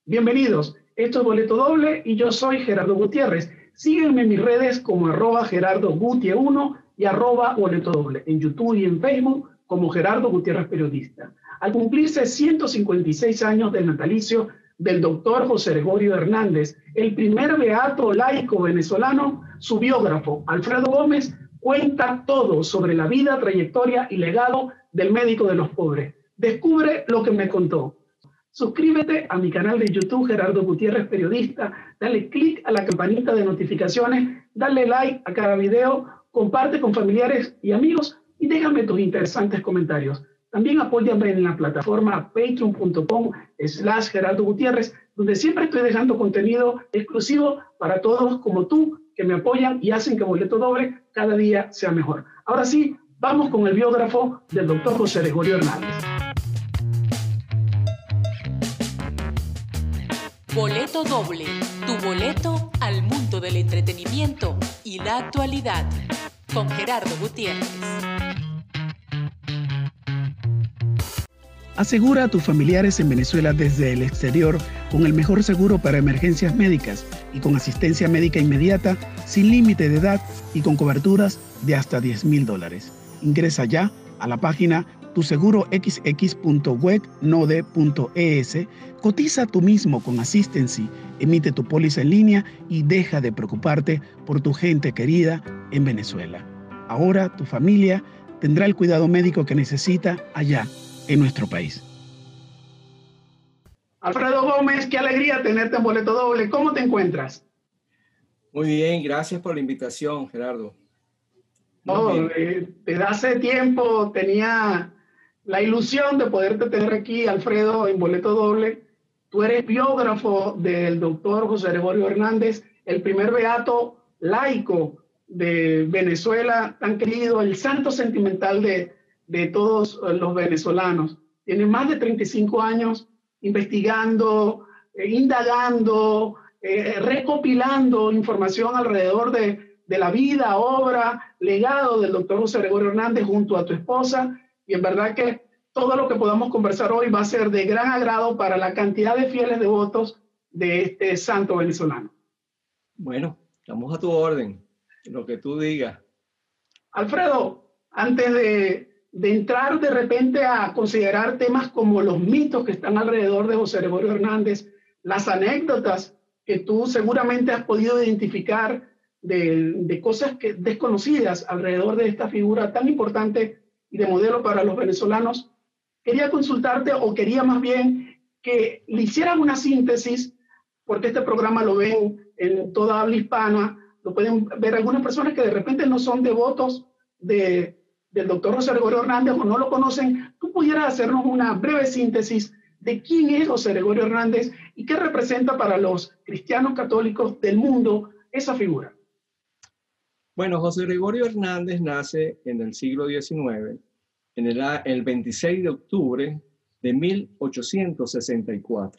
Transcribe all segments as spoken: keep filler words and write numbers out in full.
Bienvenidos, esto es Boleto Doble y yo soy Gerardo Gutiérrez. Síguenme en mis redes como arroba Gerardo Gutie uno y arroba Boleto Doble, en YouTube y en Facebook como Gerardo Gutiérrez Periodista. Al cumplirse ciento cincuenta y seis años del natalicio del doctor José Gregorio Hernández, el primer beato laico venezolano, su biógrafo, Alfredo Gómez, cuenta todo sobre la vida, trayectoria y legado del médico de los pobres. Descubre lo que me contó. Suscríbete a mi canal de YouTube, Gerardo Gutiérrez Periodista, dale clic a la campanita de notificaciones, dale like a cada video, comparte con familiares y amigos y déjame tus interesantes comentarios. También apóyame en la plataforma patreon punto com slash Gerardo Gutiérrez, donde siempre estoy dejando contenido exclusivo para todos como tú, que me apoyan y hacen que Boleto Doble cada día sea mejor. Ahora sí, vamos con el biógrafo del doctor José Gregorio Hernández. Boleto Doble, tu boleto al mundo del entretenimiento y la actualidad, con Gerardo Gutiérrez. Asegura a tus familiares en Venezuela desde el exterior con el mejor seguro para emergencias médicas y con asistencia médica inmediata, sin límite de edad y con coberturas de hasta diez mil dólares. Ingresa ya a la página tu seguro x x punto weg node punto e s, cotiza tú mismo con Asistency, emite tu póliza en línea y deja de preocuparte por tu gente querida en Venezuela. Ahora tu familia tendrá el cuidado médico que necesita allá en nuestro país. Alfredo Gómez, qué alegría tenerte en Boleto Doble. ¿Cómo te encuentras? Muy bien, gracias por la invitación, Gerardo. Oh, eh, desde hace tiempo tenía la ilusión de poderte tener aquí, Alfredo, en Boleto Doble. Tú eres biógrafo del doctor José Gregorio Hernández, el primer beato laico de Venezuela, tan querido, el santo sentimental de, de todos los venezolanos. Tiene más de treinta y cinco años investigando, eh, indagando, eh, recopilando información alrededor de, de la vida, obra, legado del doctor José Gregorio Hernández junto a tu esposa. Y en verdad que todo lo que podamos conversar hoy va a ser de gran agrado para la cantidad de fieles devotos de este santo venezolano. Bueno, estamos a tu orden, lo que tú digas. Alfredo, antes de, de entrar de repente a considerar temas como los mitos que están alrededor de José Gregorio Hernández, las anécdotas que tú seguramente has podido identificar de, de cosas que, desconocidas alrededor de esta figura tan importante y de modelo para los venezolanos, quería consultarte o quería más bien que le hicieran una síntesis, porque este programa lo ven en toda habla hispana, lo pueden ver algunas personas que de repente no son devotos de, del doctor José Gregorio Hernández o no lo conocen. ¿Tú pudieras hacernos una breve síntesis de quién es José Gregorio Hernández y qué representa para los cristianos católicos del mundo esa figura? Bueno, José Gregorio Hernández nace en el siglo diecinueve, en el, el veintiséis de octubre de mil ochocientos sesenta y cuatro.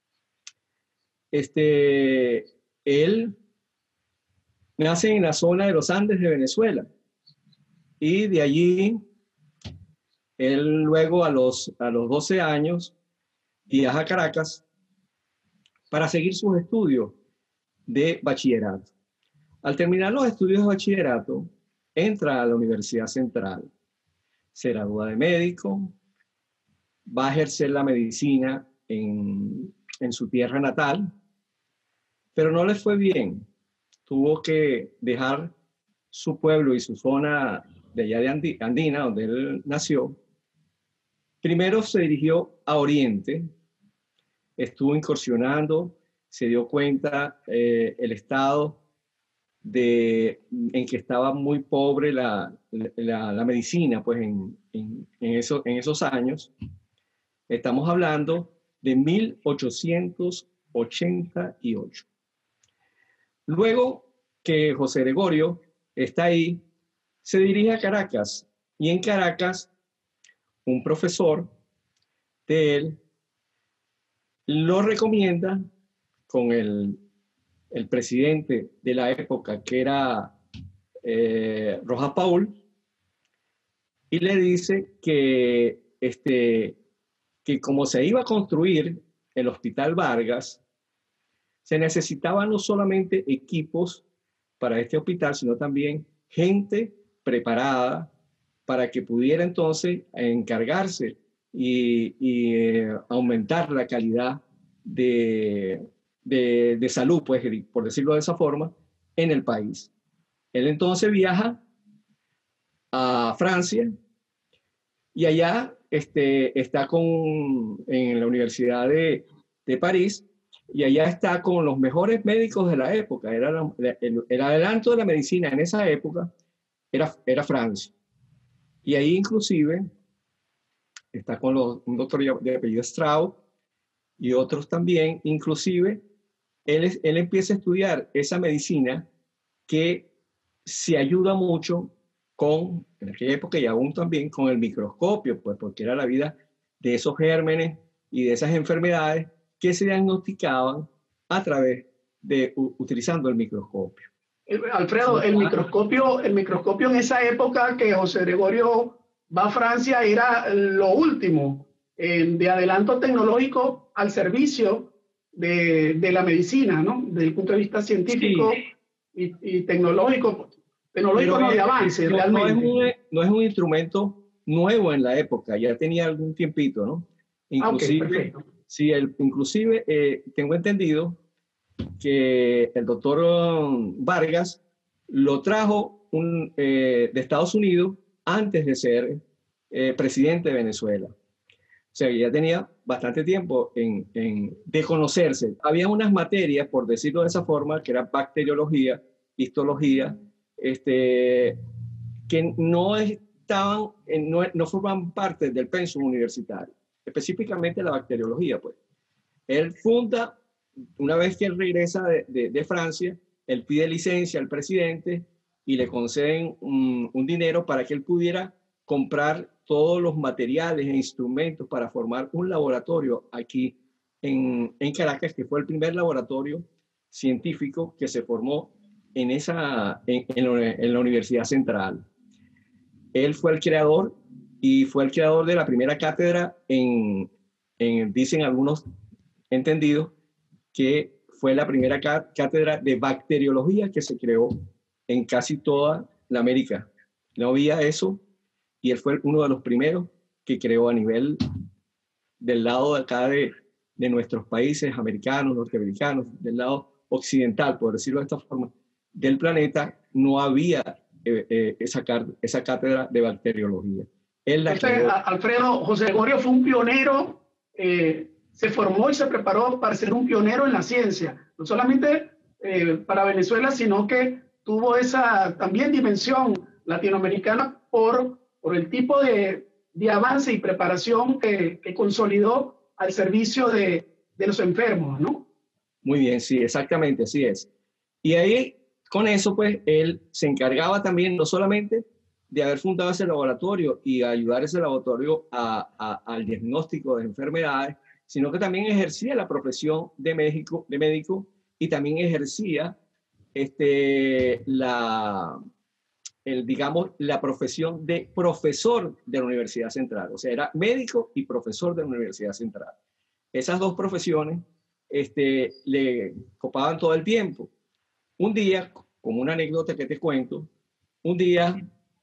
Este, él nace en la zona de los Andes de Venezuela y de allí, él luego a los, a los doce años viaja a Caracas para seguir sus estudios de bachillerato. Al terminar los estudios de bachillerato, entra a la Universidad Central, se gradúa de médico, va a ejercer la medicina en, en su tierra natal, pero no le fue bien. Tuvo que dejar su pueblo y su zona de allá de Andi, Andina, donde él nació. Primero se dirigió a Oriente, estuvo incursionando, se dio cuenta eh, el estado de, en que estaba muy pobre la, la, la medicina, pues en, en, en, eso, en esos años. Estamos hablando de mil ochocientos ochenta y ocho. Luego que José Gregorio está ahí, se dirige a Caracas y en Caracas un profesor de él lo recomienda con el, el presidente de la época, que era eh, Rojas Paul, y le dice que, este, que como se iba a construir el Hospital Vargas, se necesitaban no solamente equipos para este hospital, sino también gente preparada para que pudiera entonces encargarse y, y eh, aumentar la calidad de, de, de salud, pues, por decirlo de esa forma, en el país. Él entonces viaja a Francia y allá este, está con, en la Universidad de, de París, y allá está con los mejores médicos de la época. Era la, el, el adelanto de la medicina en esa época era, era Francia. Y ahí inclusive está con los, un doctor de apellido Strauss y otros también. Inclusive él, él empieza a estudiar esa medicina que se ayuda mucho con, en aquella época y aún también con el microscopio, pues porque era la vida de esos gérmenes y de esas enfermedades que se diagnosticaban a través de utilizando el microscopio. Alfredo, el microscopio, el microscopio en esa época que José Gregorio va a Francia era lo último eh, de adelanto tecnológico al servicio de, de la medicina, ¿no? Desde el punto de vista científico sí. y, y tecnológico, tecnológico no, de avance, no, realmente. No es, un, no es un instrumento nuevo en la época, ya tenía algún tiempito, ¿no? Inclusive, ah, okay, perfecto. Sí, el, inclusive eh, tengo entendido que el doctor Vargas lo trajo un, eh, de Estados Unidos antes de ser eh, presidente de Venezuela. O sea, ya tenía bastante tiempo en, en, de conocerse. Había unas materias, por decirlo de esa forma, que era bacteriología, histología, este, que no estaban, no, no forman parte del pensum universitario. Específicamente la bacteriología, pues. Él funda, una vez que él regresa de, de, de Francia, él pide licencia al presidente y le conceden un, un dinero para que él pudiera comprar todos los materiales e instrumentos para formar un laboratorio aquí en, en Caracas, que fue el primer laboratorio científico que se formó en, esa, en, en, la, en la Universidad Central. Él fue el creador y fue el creador de la primera cátedra en, en dicen algunos entendidos, que fue la primera cátedra de bacteriología que se creó en casi toda la América. No había eso y él fue uno de los primeros que creó a nivel del lado de acá de, de nuestros países americanos, norteamericanos, del lado occidental, por decirlo de esta forma, del planeta, no había eh, eh, esa, esa cátedra de bacteriología. Él la Entonces, creó. Alfredo, José Gregorio fue un pionero, eh, se formó y se preparó para ser un pionero en la ciencia, no solamente eh, para Venezuela, sino que tuvo esa también dimensión latinoamericana por, por el tipo de, de avance y preparación que, que consolidó al servicio de, de los enfermos, ¿no? Muy bien, sí, exactamente, así es. Y ahí, con eso, pues, él se encargaba también, no solamente de haber fundado ese laboratorio y ayudar a ese laboratorio a, a, al diagnóstico de enfermedades, sino que también ejercía la profesión de médico, de médico y también ejercía este, la, el, digamos, la profesión de profesor de la Universidad Central. O sea, era médico y profesor de la Universidad Central. Esas dos profesiones este, le copaban todo el tiempo. Un día, como una anécdota que te cuento, un día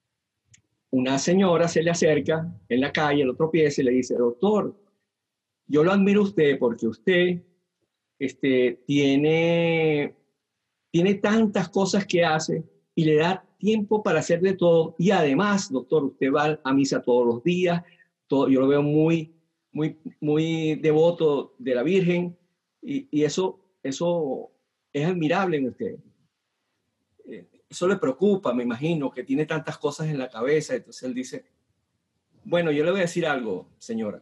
una señora se le acerca en la calle, lo tropieza y le dice: doctor, yo lo admiro a usted porque usted este, tiene, tiene tantas cosas que hace y le da tiempo para hacer de todo. Y además, doctor, usted va a misa todos los días, todo, yo lo veo muy, muy, muy devoto de la Virgen y, y eso, eso es admirable en usted. Eso le preocupa, me imagino, que tiene tantas cosas en la cabeza. Entonces él dice: bueno, yo le voy a decir algo, señora.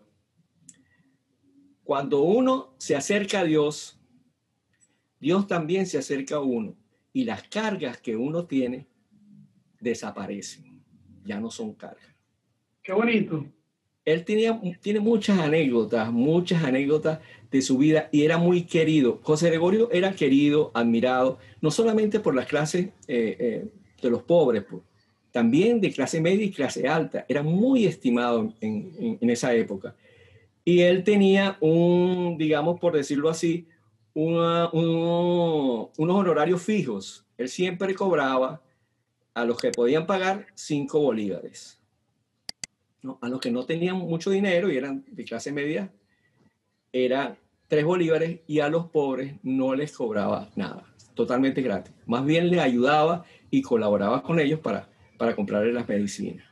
Cuando uno se acerca a Dios, Dios también se acerca a uno. Y las cargas que uno tiene desaparecen. Ya no son cargas. Qué bonito. Él tenía, tiene muchas anécdotas, muchas anécdotas de su vida y era muy querido. José Gregorio era querido, admirado, no solamente por las clases eh, eh, de los pobres, pues, también de clase media y clase alta. Era muy estimado en, en, en esa época. Y él tenía un, digamos, por decirlo así, una, un, unos honorarios fijos. Él siempre cobraba a los que podían pagar cinco bolívares, ¿no? A los que no tenían mucho dinero y eran de clase media, era tres bolívares, y a los pobres no les cobraba nada, totalmente gratis. Más bien les ayudaba y colaboraba con ellos para, para comprarles las medicinas.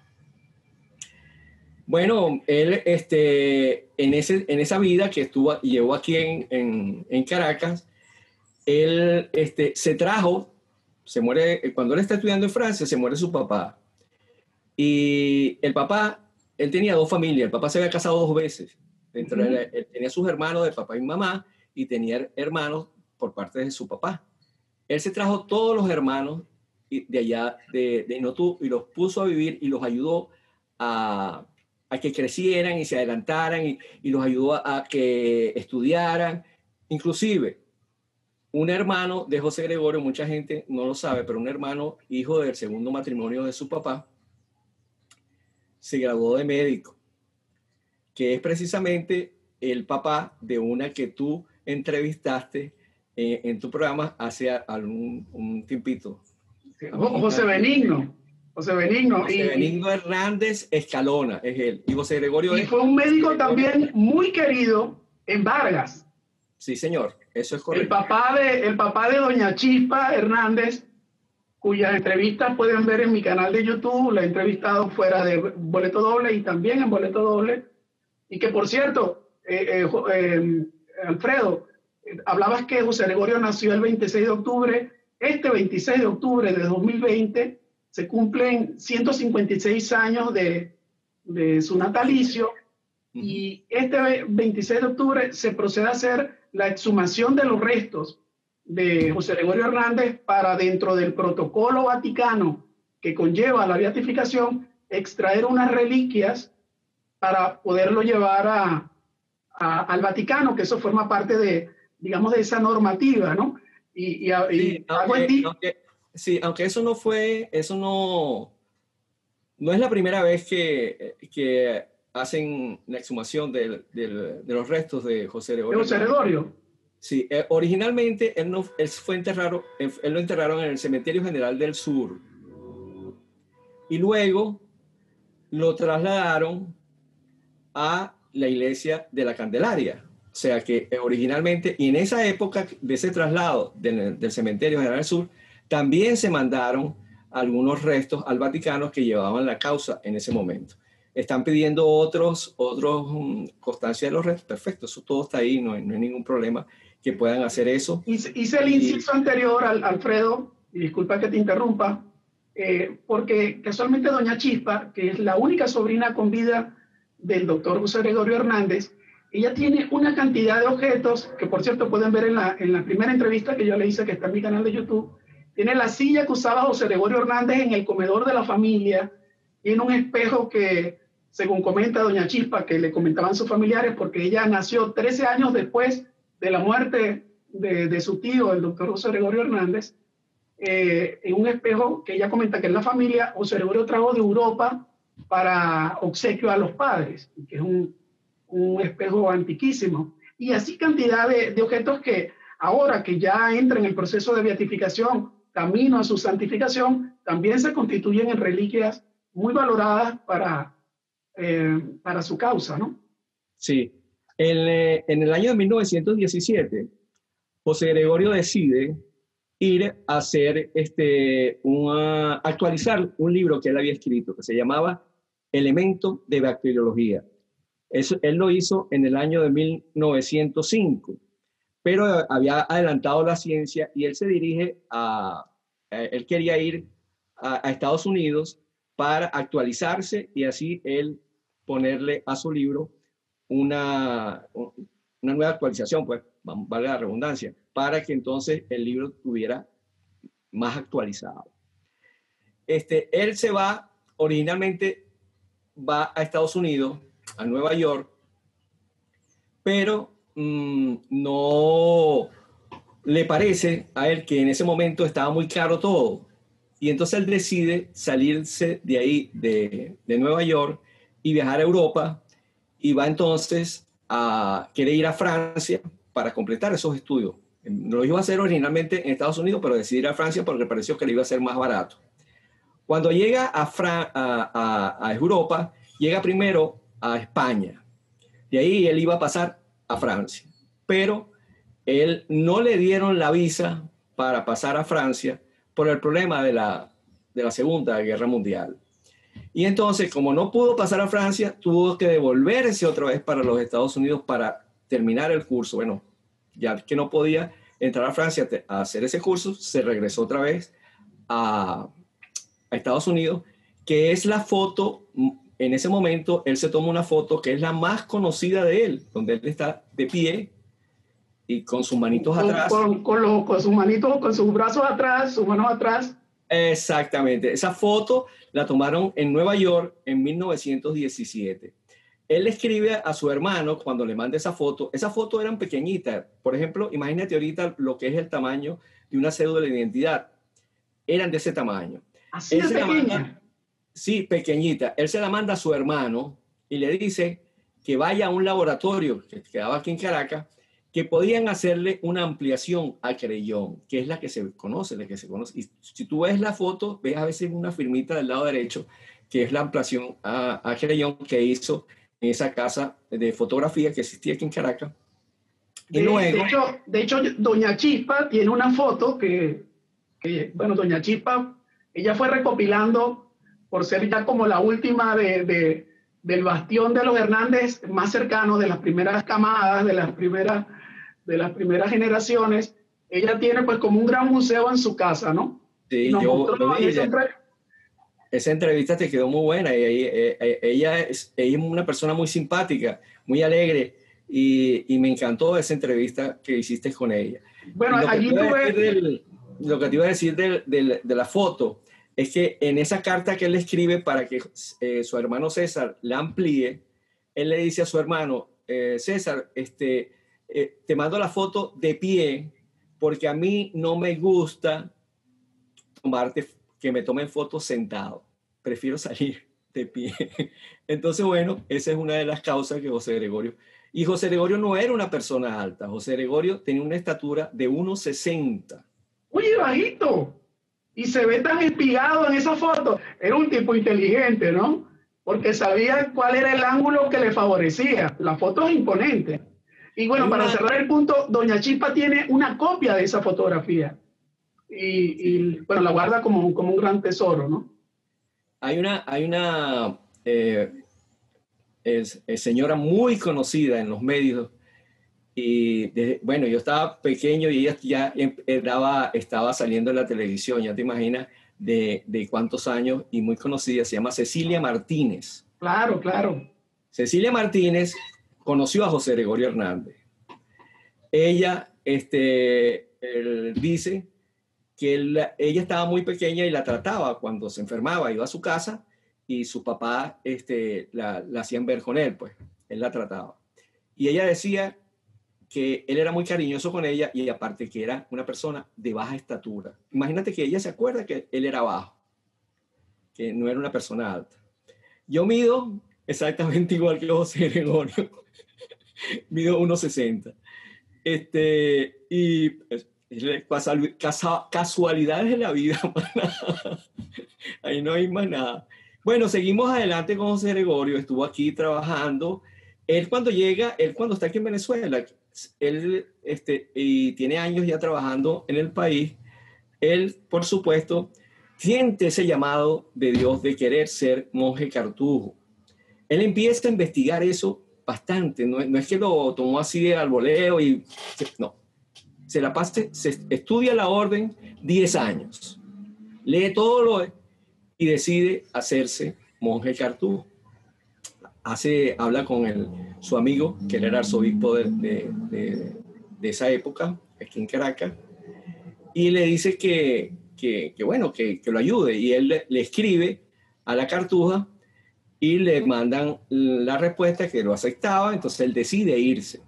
Bueno, él este, en, ese, en esa vida que estuvo, llevó aquí en, en, en Caracas, él este, se trajo, se muere, cuando él está estudiando en Francia, se muere su papá. Y el papá, él tenía dos familias, el papá se había casado dos veces. Dentro de la, él tenía sus hermanos de papá y mamá, y tenía hermanos por parte de su papá. Él se trajo todos los hermanos de allá de, de Inotú y los puso a vivir y los ayudó a, a que crecieran y se adelantaran, y, y los ayudó a, a que estudiaran. Inclusive, un hermano de José Gregorio, mucha gente no lo sabe, pero un hermano, hijo del segundo matrimonio de su papá, se graduó de médico, que es precisamente el papá de una que tú entrevistaste eh, en tu programa hace algún un tiempito. José Benigno. José Benigno. José y, Benigno Hernández Escalona es él. Y José Gregorio y es, fue un médico también muy querido en Vargas. Sí, señor, eso es correcto. El papá de, el papá de doña Chispa Hernández, cuyas entrevistas pueden ver en mi canal de YouTube, la he entrevistado fuera de Boleto Doble y también en Boleto Doble. Y que, por cierto, eh, eh, eh, Alfredo, eh, hablabas que José Gregorio nació el veintiséis de octubre. Este veintiséis de octubre de dos mil veinte se cumplen ciento cincuenta y seis años de, de su natalicio. Uh-huh. Y este veintiséis de octubre se procede a hacer la exhumación de los restos de José Gregorio Hernández para, dentro del protocolo vaticano que conlleva la beatificación, extraer unas reliquias para poderlo llevar a, a, al Vaticano, que eso forma parte de, digamos, de esa normativa, ¿no? Y, y, y sí, aunque, aunque, sí, aunque eso no fue, eso no, no es la primera vez que, que hacen la exhumación de, de, de los restos de José Gregorio. ¿De José Gregorio? Sí, eh, originalmente él, no, él, fue enterrado, él, él lo enterraron en el Cementerio General del Sur. Y luego lo trasladaron a la iglesia de la Candelaria. O sea que eh, originalmente, y en esa época de ese traslado del, del Cementerio General del Sur, también se mandaron algunos restos al Vaticano que llevaban la causa en ese momento. Están pidiendo otros, otros um, constancia de los restos. Perfecto, eso todo está ahí, no hay, no hay ningún problema que puedan hacer eso. Hice, hice el inciso y, anterior, al, Alfredo, y disculpa que te interrumpa, eh, porque casualmente doña Chispa, que es la única sobrina con vida del doctor José Gregorio Hernández, ella tiene una cantidad de objetos, que por cierto pueden ver en la, en la primera entrevista que yo le hice, que está en mi canal de YouTube. Tiene la silla que usaba José Gregorio Hernández en el comedor de la familia, tiene un espejo que, según comenta doña Chispa, que le comentaban sus familiares, porque ella nació trece años después de la muerte de, de su tío, el doctor José Gregorio Hernández, eh, en un espejo que ella comenta que en la familia José Gregorio trajo de Europa para obsequio a los padres, que es un, un espejo antiquísimo. Y así cantidad de, de objetos que ahora que ya entra en el proceso de beatificación, camino a su santificación, también se constituyen en reliquias muy valoradas para, eh, para su causa, ¿no? Sí. En, eh, en el año de mil novecientos diecisiete, José Gregorio decide ir a hacer este, una, actualizar un libro que él había escrito, que se llamaba Elementos de Bacteriología. Eso, él lo hizo en el año de mil novecientos cinco, pero había adelantado la ciencia y él se dirige a, a él quería ir a, a Estados Unidos para actualizarse y así él ponerle a su libro una, una nueva actualización, pues, vale la redundancia, para que entonces el libro estuviera más actualizado. Este, él se va, originalmente va a Estados Unidos, a Nueva York, pero mmm, no le parece a él que en ese momento estaba muy caro todo. Y entonces él decide salirse de ahí, de, de Nueva York, y viajar a Europa, y va entonces a, quiere ir a Francia para completar esos estudios. Lo iba a hacer originalmente en Estados Unidos, pero decidió ir a Francia porque le pareció que le iba a ser más barato. Cuando llega a, Fra a, a, a Europa, llega primero a España. De ahí él iba a pasar a Francia. Pero él no le dieron la visa para pasar a Francia por el problema de la, de la Segunda Guerra Mundial. Y entonces, como no pudo pasar a Francia, tuvo que devolverse otra vez para los Estados Unidos para terminar el curso. Bueno, ya que no podía entrar a Francia a hacer ese curso, se regresó otra vez a, a Estados Unidos, que es la foto, en ese momento él se toma una foto que es la más conocida de él, donde él está de pie y con sus manitos con, atrás. Con, con, los, con sus manitos, con sus brazos atrás, sus manos atrás. Exactamente. Esa foto la tomaron en Nueva York en mil novecientos diecisiete. Él le escribe a su hermano cuando le manda esa foto. Esas fotos eran pequeñitas. Por ejemplo, imagínate ahorita lo que es el tamaño de una cédula de identidad. Eran de ese tamaño. Así de pequeña. Manda, sí, pequeñita. Él se la manda a su hermano y le dice que vaya a un laboratorio que quedaba aquí en Caracas, que podían hacerle una ampliación a creyón, que es la que se conoce, la que se conoce. Y si tú ves la foto, ves a veces una firmita del lado derecho, que es la ampliación a, a creyón que hizo en esa casa de fotografía que existía aquí en Caracas. Y de, luego, de, hecho, de hecho, doña Chispa tiene una foto que, que, bueno, doña Chispa, ella fue recopilando, por ser ya como la última de, de, del bastión de los Hernández más cercanos, de las primeras camadas, de las primeras, de las primeras generaciones. Ella tiene pues como un gran museo en su casa, ¿no? Sí, Nos yo mostró lo vi, esa, ella, esa entrevista te quedó muy buena. Y ella, ella, es, ella es una persona muy simpática, muy alegre, y, y me encantó esa entrevista que hiciste con ella. Bueno, lo, que allí tuve... del, lo que te iba a decir del, del, de la foto es que en esa carta que él escribe para que eh, su hermano César la amplíe, él le dice a su hermano, eh, César, este, eh, te mando la foto de pie porque a mí no me gusta tomarte, que me tomen fotos sentado. Prefiero salir de pie. Entonces, bueno, esa es una de las causas que José Gregorio... Y José Gregorio no era una persona alta. José Gregorio tenía una estatura de uno sesenta. Oye, bajito. Y se ve tan espigado en esa foto. Era un tipo inteligente, ¿no? Porque sabía cuál era el ángulo que le favorecía. La foto es imponente. Y bueno, una... para cerrar el punto, doña Chispa tiene una copia de esa fotografía. Y, y bueno, la guarda como, como un gran tesoro, ¿no? Hay una, hay una eh, es, es señora muy conocida en los medios. Y de, bueno, yo estaba pequeño y ella ya estaba, estaba saliendo en la televisión, ya te imaginas de, de cuántos años, y muy conocida, se llama Cecilia Martínez. Claro, claro. Cecilia Martínez conoció a José Gregorio Hernández. Ella este, él dice que él, ella estaba muy pequeña y la trataba cuando se enfermaba, iba a su casa y su papá este, la, la hacían ver con él, pues él la trataba. Y ella decía que él era muy cariñoso con ella y aparte que era una persona de baja estatura. Imagínate que ella se acuerda que él era bajo, que no era una persona alta. Yo mido exactamente igual que José Gregorio, mido uno sesenta. Este, y casualidades de la vida, ahí no hay más nada. Bueno, seguimos adelante con José Gregorio, estuvo aquí trabajando. Él cuando llega, él cuando está aquí en Venezuela, él este, y tiene años ya trabajando en el país, él, por supuesto, siente ese llamado de Dios de querer ser monje cartujo. Él empieza a investigar eso bastante, no, no es que lo tomó así al voleo y no, se la pasa, se estudia la orden diez años, lee todo lo y decide hacerse monje cartujo. Hace, habla con el, su amigo, que él era arzobispo de, de, de, de esa época, aquí en Caracas, y le dice que, que, que bueno, que, que lo ayude, y él le, le escribe a la cartuja y le mandan la respuesta que lo aceptaba, entonces él decide irse.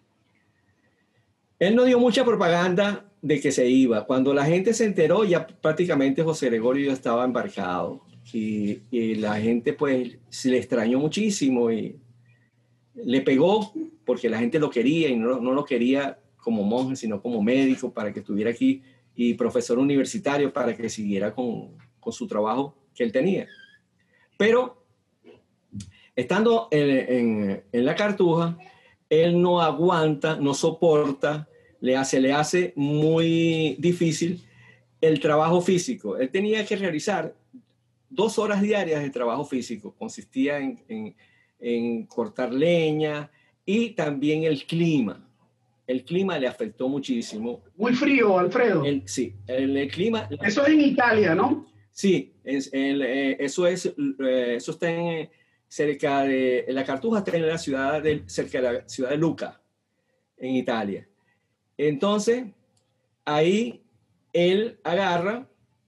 Él no dio mucha propaganda de que se iba. Cuando la gente se enteró, ya prácticamente José Gregorio ya estaba embarcado. Y, y la gente pues se le extrañó muchísimo y le pegó porque la gente lo quería y no, no lo quería como monje, sino como médico para que estuviera aquí y profesor universitario para que siguiera con, con su trabajo que él tenía. Pero estando en, en, en la Cartuja, él no aguanta, no soporta, le hace, le hace muy difícil el trabajo físico. Él tenía que realizar dos horas diarias de trabajo físico. Consistía en, en, en cortar leña y también el clima. El clima le afectó muchísimo. Muy frío, Alfredo. El, sí, el, el clima... Eso es en Italia, ¿no? Sí, es, el, eh, eso, es, eh, eso está en, cerca de... La Cartuja está en la ciudad de, cerca de la ciudad de Lucca, en Italia. Entonces, ahí él agarra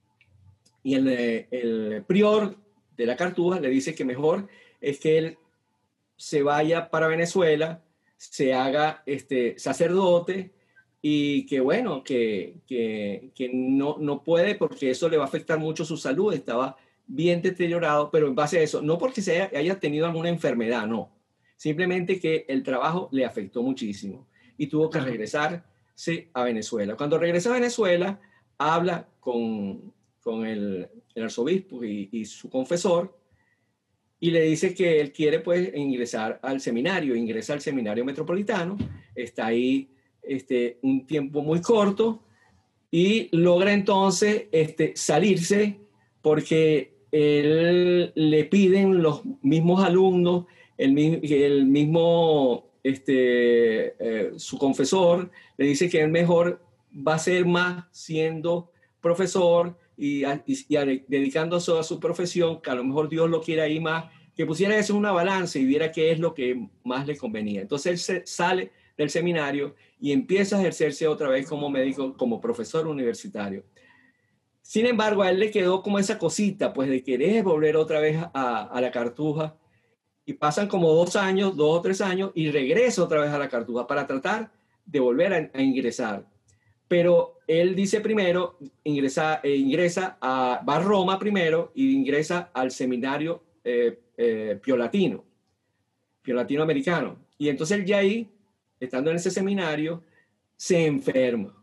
y el, el prior de la Cartuja le dice que mejor es que él se vaya para Venezuela, se haga este, sacerdote y que bueno, que, que, que no, no puede porque eso le va a afectar mucho su salud, estaba bien deteriorado, pero en base a eso, no porque se haya, haya tenido alguna enfermedad, no, simplemente que el trabajo le afectó muchísimo y tuvo que regresarse a Venezuela. Cuando regresa a Venezuela, habla con, con el, el arzobispo y, y su confesor, y le dice que él quiere pues ingresar al seminario, ingresa al seminario metropolitano, está ahí este, un tiempo muy corto y logra entonces este, salirse porque él, le piden los mismos alumnos, el, el mismo, este, eh, su confesor, le dice que él mejor va a ser más siendo profesor y, y, y dedicándose a su profesión, que a lo mejor Dios lo quiere ahí más, que pusiera eso en una balanza y viera qué es lo que más le convenía. Entonces él se sale del seminario y empieza a ejercerse otra vez como médico, como profesor universitario. Sin embargo, a él le quedó como esa cosita, pues de querer volver otra vez a, a la Cartuja, y pasan como dos años, dos o tres años, y regresa otra vez a la Cartuja para tratar de volver a, a ingresar. Pero él dice primero, ingresa, eh, ingresa a, va a Roma primero y ingresa al seminario eh, eh, piolatino, piolatino americano. Y entonces él ya ahí, estando en ese seminario, se enferma.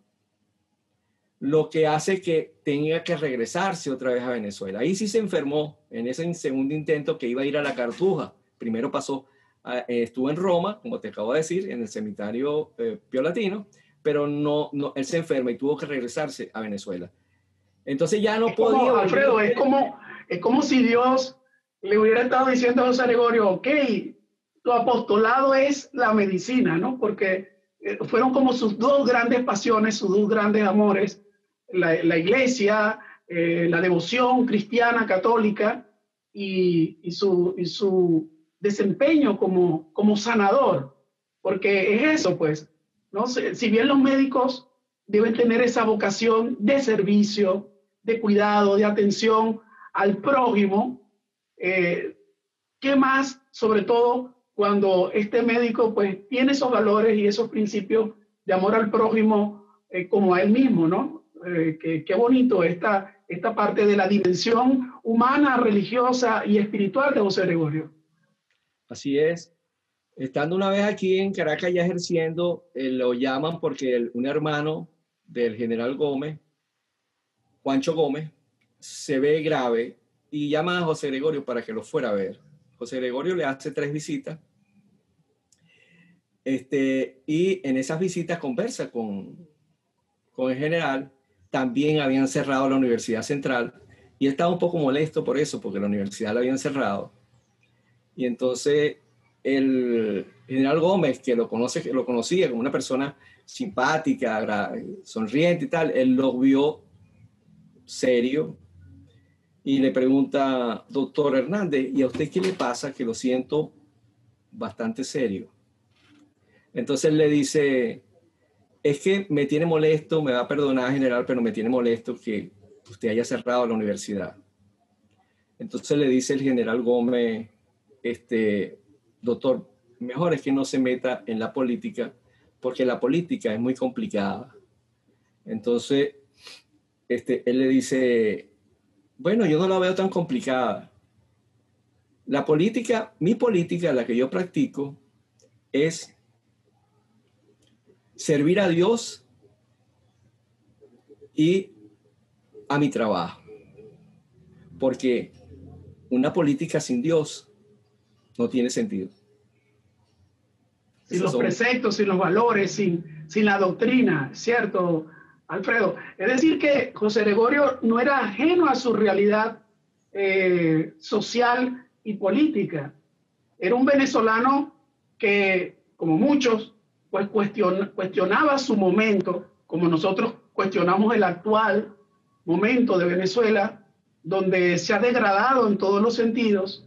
Lo que hace que tenga que regresarse otra vez a Venezuela. Ahí sí se enfermó en ese segundo intento que iba a ir a la Cartuja. Primero pasó, eh, estuvo en Roma, como te acabo de decir, en el seminario eh, piolatino, pero no, no, él se enferma y tuvo que regresarse a Venezuela. Entonces ya no es podía... Como, Alfredo, es como, es como si Dios le hubiera estado diciendo a José Gregorio, ok, tu apostolado es la medicina, ¿no? Porque eh, fueron como sus dos grandes pasiones, sus dos grandes amores, la, la iglesia, eh, la devoción cristiana, católica, y, y, su, y su desempeño como, como sanador, porque es eso, pues, ¿no? Si bien los médicos deben tener esa vocación de servicio, de cuidado, de atención al prójimo, eh, ¿qué más, sobre todo cuando este médico pues tiene esos valores y esos principios de amor al prójimo eh, como a él mismo, ¿no? Eh, que, qué bonito esta, esta parte de la dimensión humana, religiosa y espiritual de José Gregorio. Así es. Estando una vez aquí en Caracas ya ejerciendo, eh, lo llaman porque el, un hermano del general Gómez, Juancho Gómez, se ve grave y llama a José Gregorio para que lo fuera a ver. José Gregorio le hace tres visitas este, y en esas visitas conversa con, con el general. También habían cerrado la Universidad Central y él estaba un poco molesto por eso, porque la universidad la habían cerrado. Y entonces el general Gómez, que lo, conoce, que lo conocía como una persona simpática, sonriente y tal, él lo vio serio y le pregunta, doctor Hernández, ¿y a usted qué le pasa? Que lo siento bastante serio. Entonces él le dice, es que me tiene molesto, me va a perdonar, general, pero me tiene molesto que usted haya cerrado la universidad. Entonces le dice el general Gómez, este, doctor, mejor es que no se meta en la política, porque la política es muy complicada. Entonces, este, él le dice, bueno, yo no la veo tan complicada. La política, mi política, la que yo practico, es servir a Dios y a mi trabajo. Porque una política sin Dios no tiene sentido. Sin los preceptos, sin los valores, sin, sin la doctrina, ¿cierto, Alfredo? Es decir, que José Gregorio no era ajeno a su realidad eh, social y política. Era un venezolano que, como muchos, pues cuestion, cuestionaba su momento, como nosotros cuestionamos el actual momento de Venezuela, donde se ha degradado en todos los sentidos,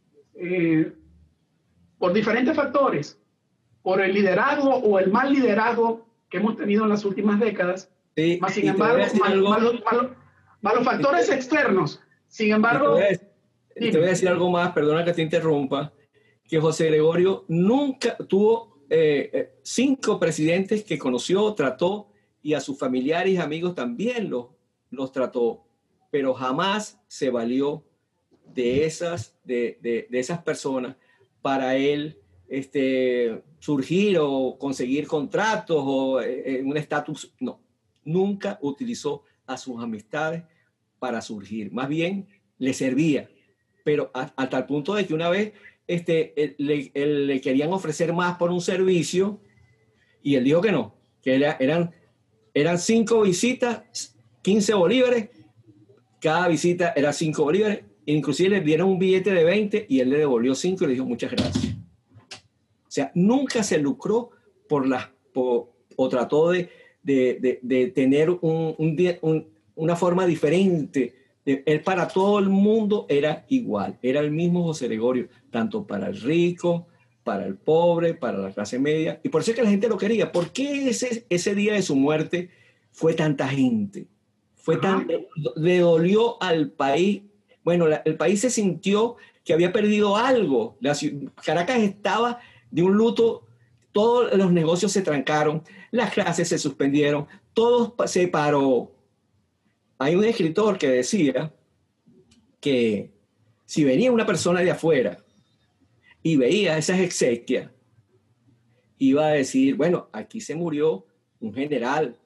eh, por diferentes factores, por el liderazgo o el mal liderazgo que hemos tenido en las últimas décadas. Sí, más sin embargo, mal, mal, mal, mal, los factores externos. Sin embargo... Te voy, a, te voy a decir algo más, perdona que te interrumpa, que José Gregorio nunca tuvo eh, cinco presidentes que conoció, trató, y a sus familiares y amigos también los, los trató, pero jamás se valió de esas, de, de, de esas personas para él este, surgir o conseguir contratos o eh, un estatus. No, nunca utilizó a sus amistades para surgir, más bien le servía, pero a, a tal punto de que una vez este, él, le, él, le querían ofrecer más por un servicio y él dijo que no, que era, eran, eran cinco visitas, quince bolívares, cada visita era cinco bolívares, inclusive le dieron un billete de veinte y él le devolvió cinco y le dijo muchas gracias. O sea, nunca se lucró por las, por, o trató de, de, de, de tener un, un, un, una forma diferente. Él para todo el mundo era igual, era el mismo José Gregorio, tanto para el rico, para el pobre, para la clase media, y por eso es que la gente lo quería. ¿Por qué ese, ese día de su muerte fue tanta gente? Fue tan, le dolió al país. Bueno, la, el país se sintió que había perdido algo. La, Caracas estaba de un luto, todos los negocios se trancaron, las clases se suspendieron, todo se paró. Hay un escritor que decía que si venía una persona de afuera y veía esas exequias, iba a decir, bueno, aquí se murió un general,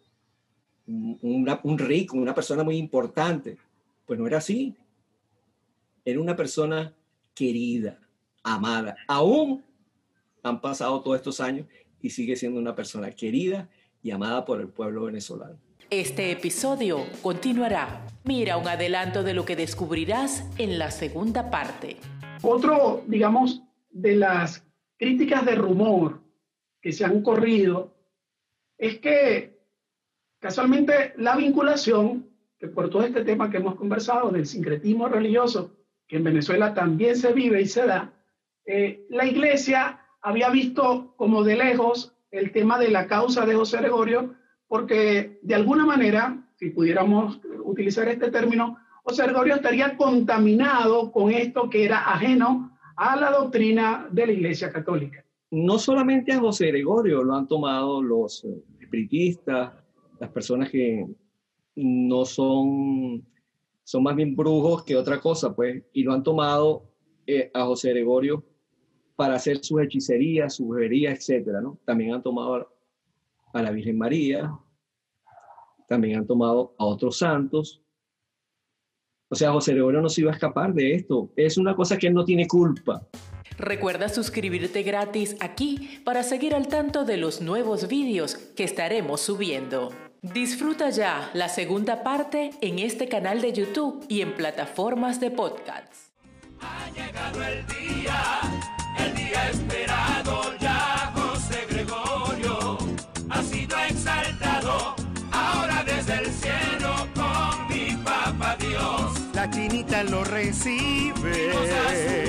una, un rico, una persona muy importante. Pues no era así. Era una persona querida, amada. Aún han pasado todos estos años y sigue siendo una persona querida y amada por el pueblo venezolano. Este episodio continuará. Mira un adelanto de lo que descubrirás en la segunda parte. Otro, digamos, de las críticas de rumor que se han corrido es que casualmente la vinculación, que por todo este tema que hemos conversado del sincretismo religioso, que en Venezuela también se vive y se da, eh, la iglesia había visto como de lejos el tema de la causa de José Gregorio, porque de alguna manera, si pudiéramos utilizar este término, José Gregorio estaría contaminado con esto que era ajeno a la doctrina de la Iglesia Católica. No solamente a José Gregorio lo han tomado los espiritistas, las personas que no son, son más bien brujos que otra cosa, pues, y lo han tomado eh, a José Gregorio para hacer sus hechicerías, sus brujerías, etcétera, ¿no? También han tomado a la Virgen María, también han tomado a otros santos. O sea, José Gregorio no se iba a escapar de esto. Es una cosa que él no tiene culpa. Recuerda suscribirte gratis aquí para seguir al tanto de los nuevos vídeos que estaremos subiendo. Disfruta ya la segunda parte en este canal de YouTube y en plataformas de podcasts. Ha llegado el día, el día esperado ya. José Gregorio ha sido exaltado, ahora desde el cielo con mi papá Dios. La chinita lo recibe. Y nos hace